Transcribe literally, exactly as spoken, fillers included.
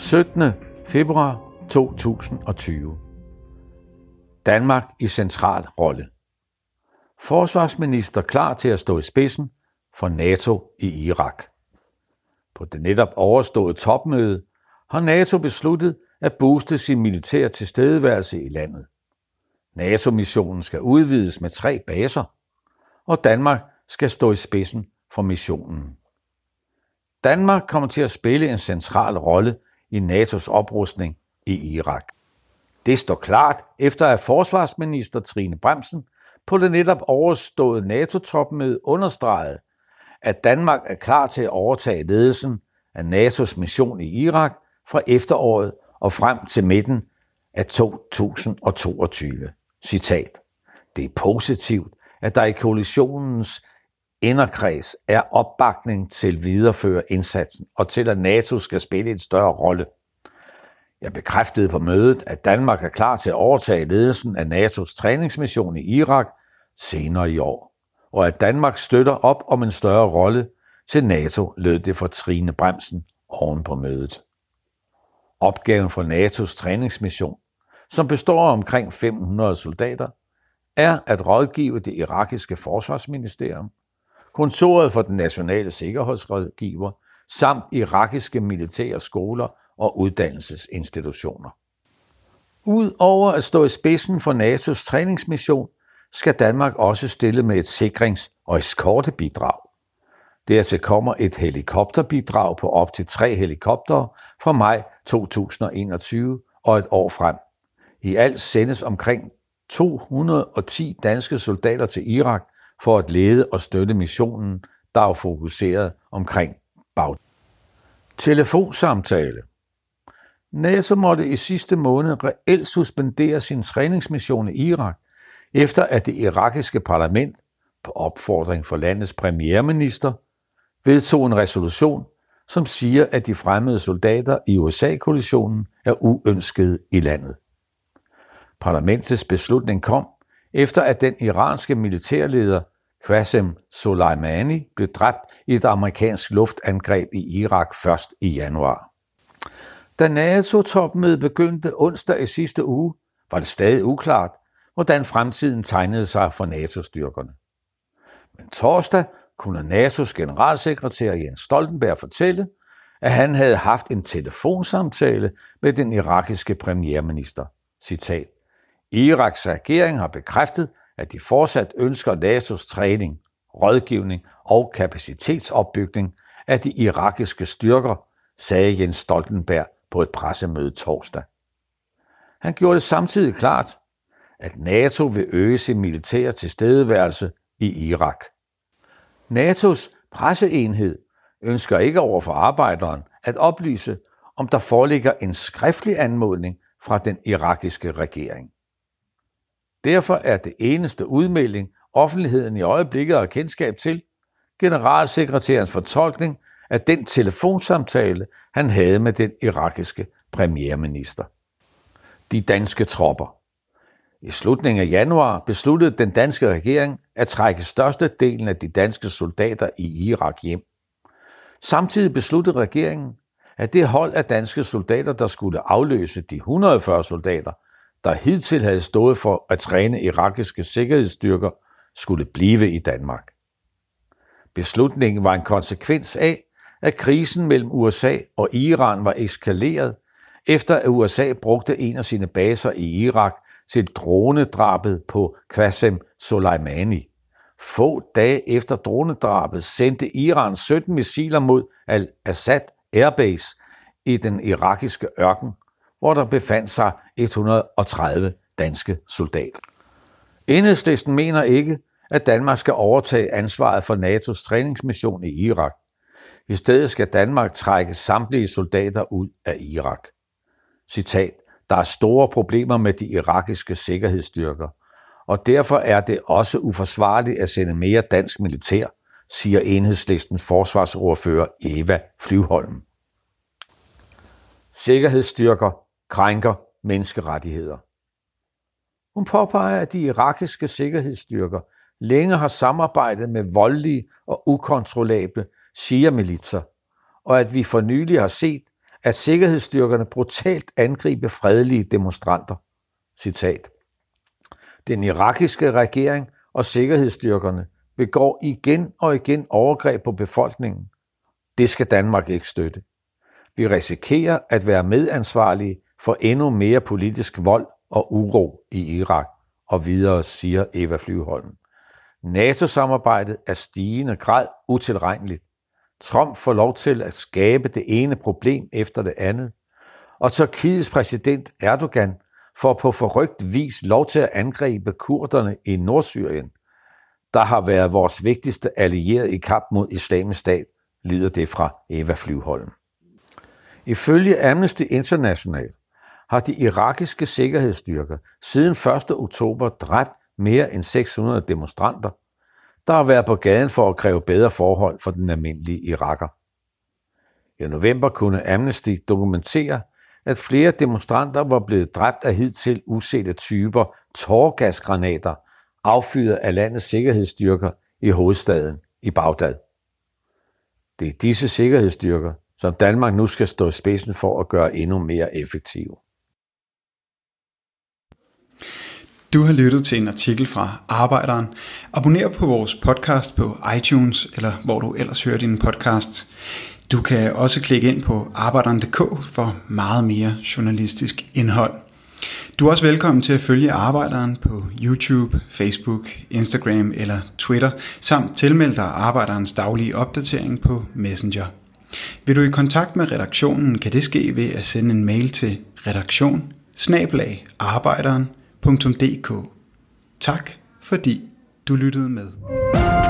syttende februar to tusind og tyve. Danmark i central rolle. Forsvarsminister klar til at stå i spidsen for NATO i Irak. På det netop overståede topmøde har NATO besluttet at booste sin militære tilstedeværelse i landet. NATO-missionen skal udvides med tre baser, og Danmark skal stå i spidsen for missionen. Danmark kommer til at spille en central rolle i N A T O's oprustning i Irak. Det står klart efter at forsvarsminister Trine Bramsen på det netop overståede NATO-topmøde understregede, at Danmark er klar til at overtage ledelsen af NATO's mission i Irak fra efteråret og frem til midten af to tusind og toogtyve. Citat. Det er positivt, at der i koalitionens inderkreds er opbakning til at videreføre indsatsen og til at NATO skal spille en større rolle. Jeg bekræftede på mødet, at Danmark er klar til at overtage ledelsen af NATO's træningsmission i Irak senere i år, og at Danmark støtter op om en større rolle til NATO, lød det fra Trine Bramsen oven på mødet. Opgaven for NATO's træningsmission, som består af omkring fem hundrede soldater, er at rådgive det irakiske forsvarsministerium, kontoret for den nationale sikkerhedsrådgiver samt irakiske militære skoler og uddannelsesinstitutioner. Udover at stå i spidsen for NATO's træningsmission, skal Danmark også stille med et sikrings- og eskortebidrag. Dertil kommer et helikopterbidrag på op til tre helikoptere fra maj to tusind og enogtyve og et år frem. I alt sendes omkring to hundrede og ti danske soldater til Irak for at lede og støtte missionen, der er fokuseret omkring Bagdad. Telefonsamtale. NATO måtte i sidste måned reelt suspendere sin træningsmission i Irak, efter at det irakiske parlament, på opfordring for landets premierminister, vedtog en resolution, som siger, at de fremmede soldater i U S A-koalitionen er uønskede i landet. Parlamentets beslutning kom, efter at den iranske militærleder Qasem Soleimani blev dræbt i et amerikansk luftangreb i Irak først i januar. Da NATO-topmødet begyndte onsdag i sidste uge, var det stadig uklart, hvordan fremtiden tegnede sig for NATO-styrkerne. Men torsdag kunne NATO's generalsekretær Jens Stoltenberg fortælle, at han havde haft en telefonsamtale med den irakiske premierminister. Citat. Iraks regering har bekræftet, at de fortsat ønsker NATO's træning, rådgivning og kapacitetsopbygning af de irakiske styrker, sagde Jens Stoltenberg på et pressemøde torsdag. Han gjorde det samtidig klart, at NATO vil øge sin militære tilstedeværelse i Irak. NATO's presseenhed ønsker ikke over for arbejderen at oplyse, om der foreligger en skriftlig anmodning fra den irakiske regering. Derfor er det eneste udmelding, offentligheden i øjeblikket har kendskab til, generalsekretærens fortolkning af den telefonsamtale, han havde med den irakiske premierminister. De danske tropper. I slutningen af januar besluttede den danske regering at trække størstedelen af de danske soldater i Irak hjem. Samtidig besluttede regeringen, at det hold af danske soldater, der skulle afløse de et hundrede og fyrre soldater, der hidtil havde stået for at træne irakiske sikkerhedsstyrker, skulle blive i Danmark. Beslutningen var en konsekvens af, at krisen mellem U S A og Iran var eskaleret, efter at U S A brugte en af sine baser i Irak til dronedrabet på Qasem Soleimani. Få dage efter dronedrabet sendte Iran sytten missiler mod Al-Assad Airbase i den irakiske ørken, hvor der befandt sig et hundrede og tredive danske soldater. Enhedslisten mener ikke, at Danmark skal overtage ansvaret for NATO's træningsmission i Irak. I stedet skal Danmark trække samtlige soldater ud af Irak. Citat. Der er store problemer med de irakiske sikkerhedsstyrker, og derfor er det også uforsvarligt at sende mere dansk militær, siger Enhedslistens forsvarsordfører Eva Flyvholm. Sikkerhedsstyrker krænker menneskerettigheder. Hun påpeger, at de irakiske sikkerhedsstyrker længe har samarbejdet med voldelige og ukontrollable shia-militser, og at vi for nylig har set, at sikkerhedsstyrkerne brutalt angriber fredelige demonstranter. Citat. Den irakiske regering og sikkerhedsstyrkerne begår igen og igen overgreb på befolkningen. Det skal Danmark ikke støtte. Vi risikerer at være medansvarlige for endnu mere politisk vold og uro i Irak, og videre siger Eva Flyvholm. NATO-samarbejdet er stigende grad utilregneligt. Trump får lov til at skabe det ene problem efter det andet, og Tyrkiets præsident Erdogan får på forrygt vis lov til at angribe kurderne i Nordsyrien, der har været vores vigtigste allierede i kamp mod Islamisk Stat, lyder det fra Eva Flyvholm. Ifølge Amnesty International har de irakiske sikkerhedsstyrker siden første oktober dræbt mere end seks hundrede demonstranter, der har været på gaden for at kræve bedre forhold for den almindelige iraker. I november kunne Amnesty dokumentere, at flere demonstranter var blevet dræbt af hidtil usete typer tåregasgranater, affyret af landets sikkerhedsstyrker i hovedstaden i Bagdad. Det er disse sikkerhedsstyrker, som Danmark nu skal stå i spidsen for at gøre endnu mere effektive. Du har lyttet til en artikel fra Arbejderen. Abonner på vores podcast på iTunes, eller hvor du ellers hører din podcast. Du kan også klikke ind på arbejderen punktum d k for meget mere journalistisk indhold. Du er også velkommen til at følge Arbejderen på YouTube, Facebook, Instagram eller Twitter, samt tilmelde dig Arbejderens daglige opdatering på Messenger. Vil du i kontakt med redaktionen, kan det ske ved at sende en mail til redaktion bindestreg arbejderen punktum d k. Tak fordi du lyttede med.